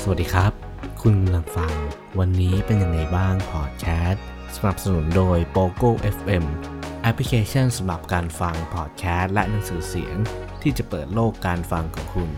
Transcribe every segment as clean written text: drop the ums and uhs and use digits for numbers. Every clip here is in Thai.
สวัสดีครับคุณกำลังฟังวันนี้เป็นยังไงบ้างพอดแคสต์สนับสนุนโดย Pogo FM แอปพลิเคชันสำหรับการฟังพอดแคสต์และหนังสือเสียงที่จะเปิดโลกการฟังของคุณ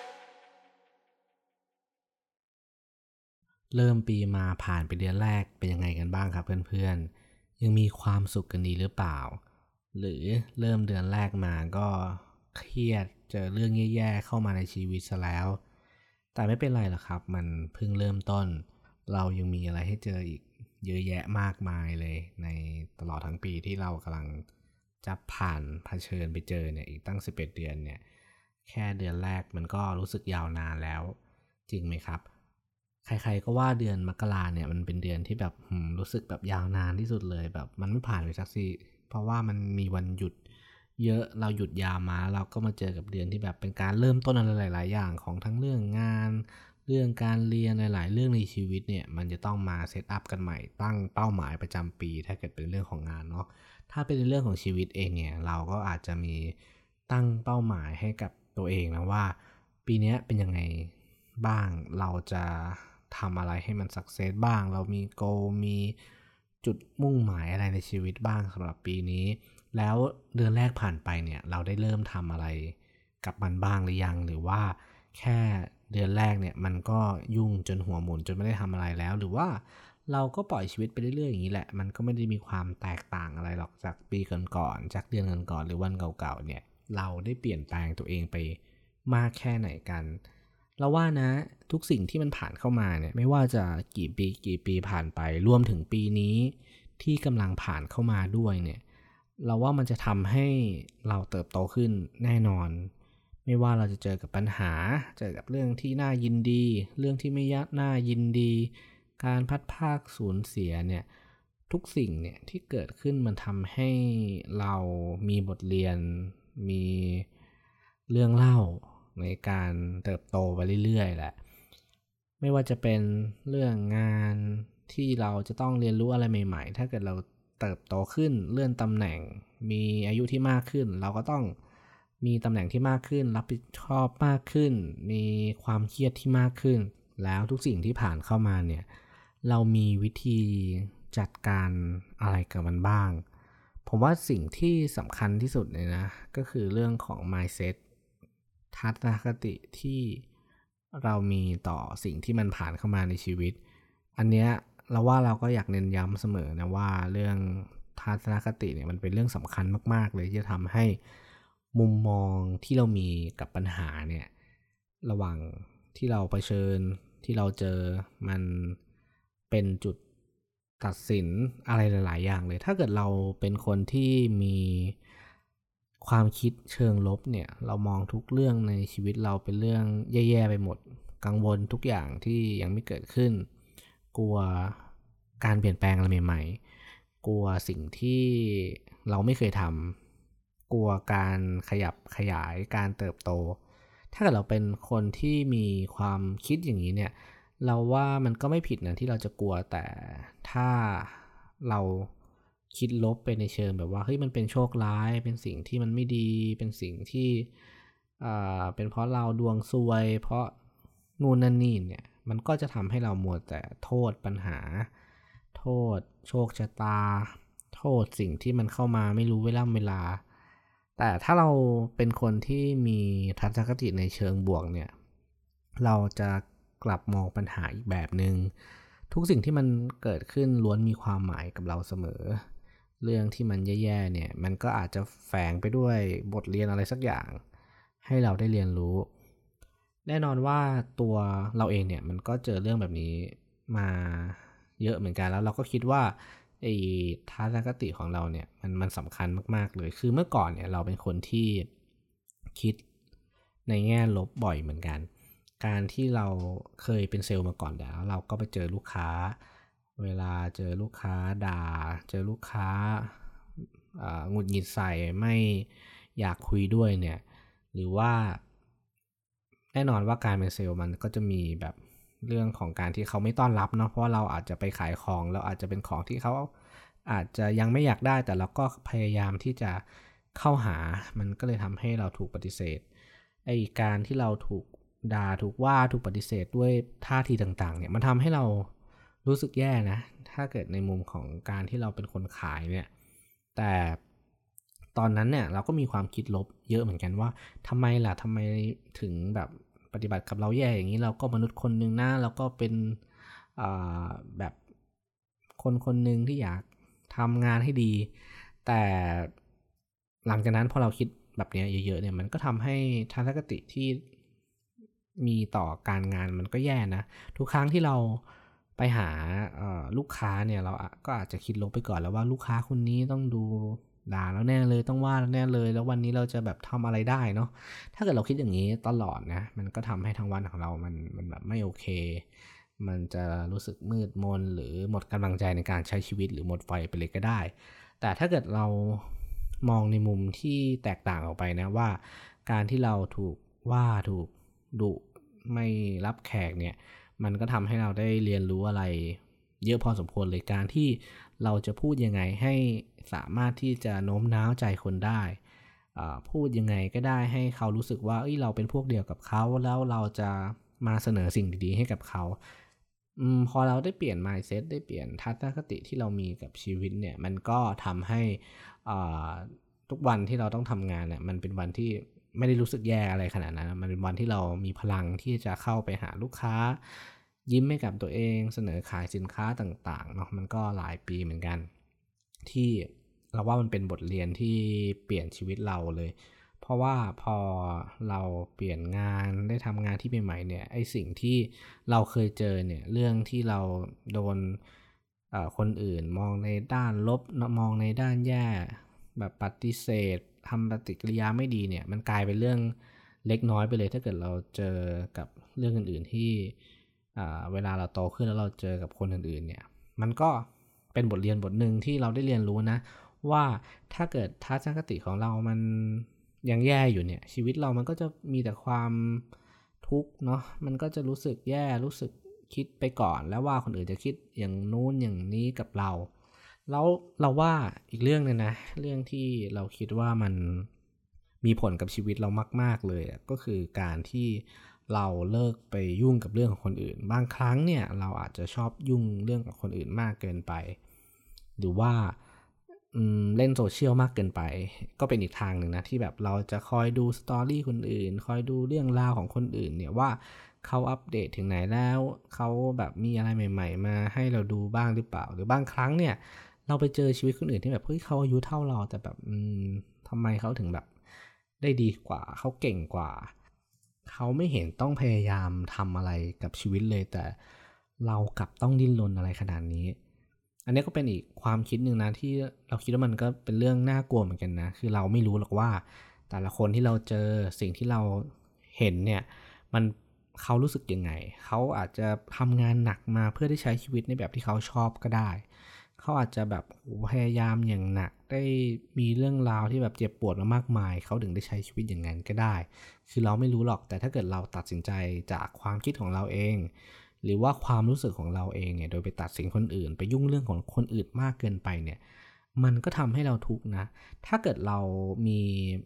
เริ่มปีมาผ่านไปเดือนแรกเป็นยังไงกันบ้างครับเพื่อนๆยังมีความสุขกันดีหรือเปล่าหรือเริ่มเดือนแรกมาก็เครียดเจอเรื่องแย่ๆเข้ามาในชีวิตซะแล้วแต่ไม่เป็นไรหรอกครับมันเพิ่งเริ่มต้นเรายังมีอะไรให้เจออีกเยอะแยะมากมายเลยในตลอดทั้งปีที่เรากำลังจะผ่านเผชิญไปเจอเนี่ยอีกตั้ง11เดือนเนี่ยแค่เดือนแรกมันก็รู้สึกยาวนานแล้วจริงไหมครับใครๆก็ว่าเดือนมกราเนี่ยมันเป็นเดือนที่แบบรู้สึกแบบยาวนานที่สุดเลยแบบมันไม่ผ่านไปสักทีเพราะว่ามันมีวันหยุดเยอะเราหยุดยาวมาเราก็มาเจอกับเดือนที่แบบเป็นการเริ่มต้นอะไรหลายๆอย่างของทั้งเรื่องงานเรื่องการเรียนหลายๆเรื่องในชีวิตเนี่ยมันจะต้องมาเซตอัพกันใหม่ตั้งเป้าหมายประจำปีถ้าเกิดเป็นเรื่องของงานเนาะถ้าเป็นเรื่องของชีวิตเองเนี่ยเราก็อาจจะมีตั้งเป้าหมายให้กับตัวเองนะว่าปีนี้เป็นยังไงบ้างเราจะทำอะไรให้มันสักเซสบ้างเรามีโกมีจุดมุ่งหมายอะไรในชีวิตบ้างสำหรับปีนี้แล้วเดือนแรกผ่านไปเนี่ยเราได้เริ่มทำอะไรกับมันบ้างหรือยังหรือว่าแค่เดือนแรกเนี่ยมันก็ยุ่งจนหัวหมุนจนไม่ได้ทำอะไรแล้วหรือว่าเราก็ปล่อยชีวิตไปเรื่อยๆอย่างนี้แหละมันก็ไม่ได้มีความแตกต่างอะไรหรอกจากปีก่อนๆจากเดือนก่อนๆหรือวันเก่าๆเนี่ยเราได้เปลี่ยนแปลงตัวเองไปมากแค่ไหนกันเราว่านะทุกสิ่งที่มันผ่านเข้ามาเนี่ยไม่ว่าจะกี่ปีผ่านไปรวมถึงปีนี้ที่กำลังผ่านเข้ามาด้วยเนี่ยเราว่ามันจะทำให้เราเติบโตขึ้นแน่นอนไม่ว่าเราจะเจอกับปัญหาเจอกับเรื่องที่น่ายินดีเรื่องที่ไม่น่ายินดีการพัดพรากสูญเสียเนี่ยทุกสิ่งเนี่ยที่เกิดขึ้นมันทำให้เรามีบทเรียนมีเรื่องเล่าในการเติบโตไปเรื่อยๆแหละไม่ว่าจะเป็นเรื่องงานที่เราจะต้องเรียนรู้อะไรใหม่ๆถ้าเกิดเราเติบโตขึ้นเลื่อนตำแหน่งมีอายุที่มากขึ้นเราก็ต้องมีตำแหน่งที่มากขึ้นรับผิดชอบมากขึ้นมีความเครียดที่มากขึ้นแล้วทุกสิ่งที่ผ่านเข้ามาเนี่ยเรามีวิธีจัดการอะไรกับมันบ้างผมว่าสิ่งที่สำคัญที่สุดเลยนะก็คือเรื่องของ mindset ทัศนคติที่เรามีต่อสิ่งที่มันผ่านเข้ามาในชีวิตอันเนี้ยเราว่าเราก็อยากเน้นย้ำเสมอนะว่าเรื่องทัศนคติเนี่ยมันเป็นเรื่องสำคัญมากๆเลยที่จะทำให้มุมมองที่เรามีกับปัญหาเนี่ยระหว่างที่เราเผชิญที่เราเจอมันเป็นจุดตัดสินอะไรหลายๆอย่างเลยถ้าเกิดเราเป็นคนที่มีความคิดเชิงลบเนี่ยเรามองทุกเรื่องในชีวิตเราเป็นเรื่องแย่ๆไปหมดกังวลทุกอย่างที่ยังไม่เกิดขึ้นกลัวการเปลี่ยนแปลงอะไรใหม่ๆกลัวสิ่งที่เราไม่เคยทำกลัวการขยับขยายการเติบโตถ้าเกิดเราเป็นคนที่มีความคิดอย่างนี้เนี่ยเราว่ามันก็ไม่ผิดนะที่เราจะกลัวแต่ถ้าเราคิดลบไปในเชิงแบบว่าเฮ้ยมันเป็นโชคร้ายเป็นสิ่งที่มันไม่ดีเป็นสิ่งที่เป็นเพราะเราดวงซวยเพราะนู่นนั่นนี่เนี่ยมันก็จะทำให้เรามัวแต่โทษปัญหาโทษโชคชะตาโทษสิ่งที่มันเข้ามาไม่รู้เวลาแต่ถ้าเราเป็นคนที่มีทัศนคติในเชิงบวกเนี่ยเราจะกลับมองปัญหาอีกแบบนึงทุกสิ่งที่มันเกิดขึ้นล้วนมีความหมายกับเราเสมอเรื่องที่มันแย่ๆเนี่ยมันก็อาจจะแฝงไปด้วยบทเรียนอะไรสักอย่างให้เราได้เรียนรู้แน่นอนว่าตัวเราเองเนี่ยมันก็เจอเรื่องแบบนี้มาเยอะเหมือนกันแล้วเราก็คิดว่าไอ้ทัศนคติของเราเนี่ยมันสำคัญมากๆเลยคือเมื่อก่อนเนี่ยเราเป็นคนที่คิดในแง่ลบบ่อยเหมือนกันการที่เราเคยเป็นเซลล์มาก่อนแล้วเราก็ไปเจอลูกค้าเวลาเจอลูกค้าด่าเจอลูกค้าหงุดหงิดใส่ไม่อยากคุยด้วยเนี่ยหรือว่าแน่นอนว่าการเป็นเซลล์มันก็จะมีแบบเรื่องของการที่เขาไม่ต้อนรับเนาะเพราะเราอาจจะไปขายของแล้วอาจจะเป็นของที่เขาอาจจะยังไม่อยากได้แต่เราก็พยายามที่จะเข้าหามันก็เลยทำให้เราถูกปฏิเสธไอ้การที่เราถูกด่าถูกว่าถูกปฏิเสธด้วยท่าทีต่างๆเนี่ยมันทำให้เรารู้สึกแย่นะถ้าเกิดในมุมของการที่เราเป็นคนขายเนี่ยแต่ตอนนั้นเนี่ยเราก็มีความคิดลบเยอะเหมือนกันว่าทำไมล่ะทำไมถึงแบบปฏิบัติกับเราแย่อย่างนี้เราก็มนุษย์คนนึงนะแล้วก็เป็นแบบคนคนหนึ่งที่อยากทำงานให้ดีแต่หลังจากนั้นพอเราคิดแบบนี้เยอะๆเนี่ยมันก็ทำให้ทัศนคติที่มีต่อการงานมันก็แย่นะทุกครั้งที่เราไปหาลูกค้าเนี่ยเราก็อาจจะคิดลบไปก่อนแล้วว่าลูกค้าคนนี้ต้องดูด่าแล้วแน่เลยต้องว่าแล้วแน่เลยแล้ววันนี้เราจะแบบทำอะไรได้เนาะถ้าเกิดเราคิดอย่างนี้ตลอดนะมันก็ทำให้ทั้งวันของเรามันแบบไม่โอเคมันจะรู้สึกมืดมนหรือหมดกำลังใจในการใช้ชีวิตหรือหมดไฟไปเลยก็ได้แต่ถ้าเกิดเรามองในมุมที่แตกต่างออกไปนะว่าการที่เราถูกว่าถูกดุไม่รับแขกเนี่ยมันก็ทำให้เราได้เรียนรู้อะไรเยอะพอสมควรเลยการที่เราจะพูดยังไงให้สามารถที่จะโน้มน้าวใจคนได้พูดยังไงก็ได้ให้เขารู้สึกว่าเราเป็นพวกเดียวกับเขาแล้วเราจะมาเสนอสิ่งดีๆให้กับเขาพอเราได้เปลี่ยน mindset ได้เปลี่ยนทัศนคติที่เรามีกับชีวิตเนี่ยมันก็ทำให้ทุกวันที่เราต้องทำงานเนี่ยมันเป็นวันที่ไม่ได้รู้สึกแย่อะไรขนาดนั้นมันเป็นวันที่เรามีพลังที่จะเข้าไปหาลูกค้ายิ้มให้กับตัวเองเสนอขายสินค้าต่างๆเนาะมันก็หลายปีเหมือนกันที่เราว่ามันเป็นบทเรียนที่เปลี่ยนชีวิตเราเลยเพราะว่าพอเราเปลี่ยนงานได้ทำงานที่ใหม่ๆเนี่ยไอ้สิ่งที่เราเคยเจอเนี่ยเรื่องที่เราโดนคนอื่นมองในด้านลบมองในด้านแย่แบบปฏิเสธทำปฏิกิริยาไม่ดีเนี่ยมันกลายเป็นเรื่องเล็กน้อยไปเลยถ้าเกิดเราเจอกับเรื่องอื่นๆที่เวลาเราโตขึ้นแล้วเราเจอกับคนอื่นๆเนี่ยมันก็เป็นบทเรียนบทหนึ่งที่เราได้เรียนรู้นะว่าถ้าเกิดทัศนคติของเรามันยังแย่อยู่เนี่ยชีวิตเรามันก็จะมีแต่ความทุกข์เนาะมันก็จะรู้สึกแย่รู้สึกคิดไปก่อนแล้วว่าคนอื่นจะคิดอย่างนู้นอย่างนี้กับเราแล้วเราว่าอีกเรื่องนึงนะเรื่องที่เราคิดว่ามันมีผลกับชีวิตเรามากๆเลยก็คือการที่เราเลิกไปยุ่งกับเรื่องของคนอื่นบางครั้งเนี่ยเราอาจจะชอบยุ่งเรื่องกับคนอื่นมากเกินไปหรือว่าเล่นโซเชียลมากเกินไปก็เป็นอีกทางหนึ่งนะที่แบบเราจะคอยดูสตอรี่คนอื่นคอยดูเรื่องราวของคนอื่นเนี่ยว่าเขาอัปเดตถึงไหนแล้วเขาแบบมีอะไรใหม่ๆมาให้เราดูบ้างหรือเปล่าหรือบางครั้งเนี่ยเราไปเจอชีวิตคนอื่นที่แบบเฮ้ยเขาอายุเท่าเราแต่แบบทำไมเขาถึงแบบได้ดีกว่าเขาเก่งกว่าเขาไม่เห็นต้องพยายามทำอะไรกับชีวิตเลยแต่เรากลับต้องดิ้นรนอะไรขนาดนี้อันนี้ก็เป็นอีกความคิดหนึ่งนะที่เราคิดว่ามันก็เป็นเรื่องน่ากลัวเหมือนกันนะคือเราไม่รู้หรอกว่าแต่ละคนที่เราเจอสิ่งที่เราเห็นเนี่ยมันเขารู้สึกยังไงเขาอาจจะทำงานหนักมาเพื่อได้ใช้ชีวิตในแบบที่เขาชอบก็ได้เขาอาจจะแบบพยายามอย่างหนักได้มีเรื่องราวที่แบบเจ็บปวดมามากมายเขาถึงได้ใช้ชีวิตอย่างนั้นก็ได้คือเราไม่รู้หรอกแต่ถ้าเกิดเราตัดสินใจจากความคิดของเราเองหรือว่าความรู้สึกของเราเองเนี่ยโดยไปตัดสินคนอื่นไปยุ่งเรื่องของคนอื่นมากเกินไปเนี่ยมันก็ทำให้เราทุกข์นะถ้าเกิดเรามี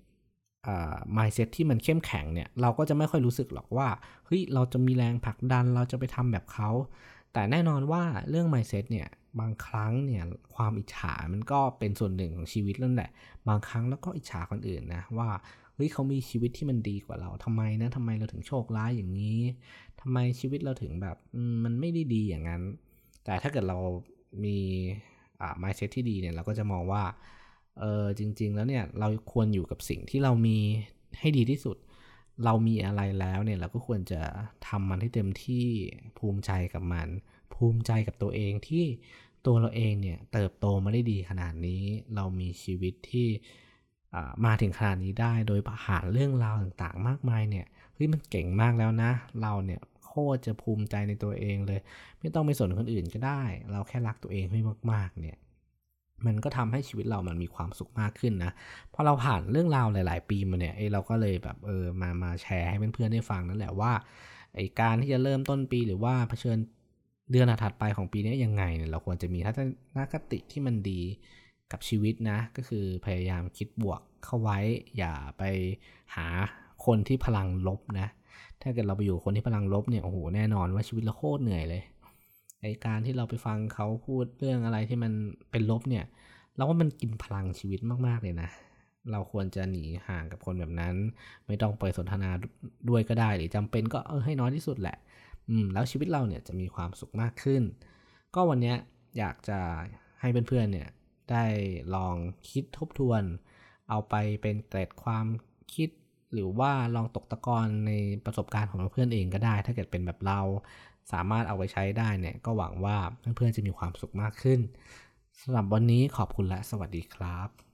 mindset ที่มันเข้มแข็งเนี่ยเราก็จะไม่ค่อยรู้สึกหรอกว่าเฮ้ยเราจะมีแรงผลักดันเราจะไปทำแบบเขาแต่แน่นอนว่าเรื่อง mindset เนี่ยบางครั้งเนี่ยความอิจฉามันก็เป็นส่วนหนึ่งของชีวิตนั่นแหละบางครั้งแล้วก็อิจฉาคนอื่นนะว่าเฮ้ยเขามีชีวิตที่มันดีกว่าเราทำไมนะทำไมเราถึงโชคร้ายอย่างนี้ทำไมชีวิตเราถึงแบบมันไม่ได้ดีอย่างนั้นแต่ถ้าเกิดเรามีmindset ที่ดีเนี่ยเราก็จะมองว่าจริงๆแล้วเนี่ยเราควรอยู่กับสิ่งที่เรามีให้ดีที่สุดเรามีอะไรแล้วเนี่ยเราก็ควรจะทำมันให้เต็มที่ภูมิใจกับมันภูมิใจกับตัวเองที่ตัวเราเองเนี่ยเติบโตมาได้ดีขนาดนี้เรามีชีวิตที่มาถึงขนาดนี้ได้โดยผ่านเรื่องราวต่างๆมากมายเนี่ยเฮ้ยมันเก่งมากแล้วนะเราเนี่ยโคตรจะภูมิใจในตัวเองเลยไม่ต้องไปสนคนอื่นก็ได้เราแค่รักตัวเองให้มากๆเนี่ยมันก็ทำให้ชีวิตเรามันมีความสุขมากขึ้นนะพอเราผ่านเรื่องราวหลายๆปีมาเนี่ยเราก็เลยแบบมาแชร์ให้เพื่อนๆได้ฟังนั่นแหละว่าไอ้การที่จะเริ่มต้นปีหรือว่าเผชิญเดือนถัดไปของปีนี้ยังไงเนี่ยเราควรจะมีทัศนคติที่มันดีกับชีวิตนะก็คือพยายามคิดบวกเข้าไว้อย่าไปหาคนที่พลังลบนะถ้าเกิดเราไปอยู่คนที่พลังลบเนี่ยโอ้โหแน่นอนว่าชีวิตเราโคตรเหนื่อยเลยไอการที่เราไปฟังเขาพูดเรื่องอะไรที่มันเป็นลบเนี่ยเราว่ามันกินพลังชีวิตมากๆเลยนะเราควรจะหนีห่างกับคนแบบนั้นไม่ต้องไปสนทนาด้วยก็ได้หรือจำเป็นก็ให้น้อยที่สุดแหละแล้วชีวิตเราเนี่ยจะมีความสุขมากขึ้นก็วันนี้อยากจะให้เพื่อนๆเนี่ยได้ลองคิดทบทวนเอาไปเป็นเกร็ดความคิดหรือว่าลองตกตะกอนในประสบการณ์ของเพื่อนเองก็ได้ถ้าเกิดเป็นแบบเราสามารถเอาไปใช้ได้เนี่ยก็หวังว่าเพื่อนๆจะมีความสุขมากขึ้นสำหรับวันนี้ขอบคุณและสวัสดีครับ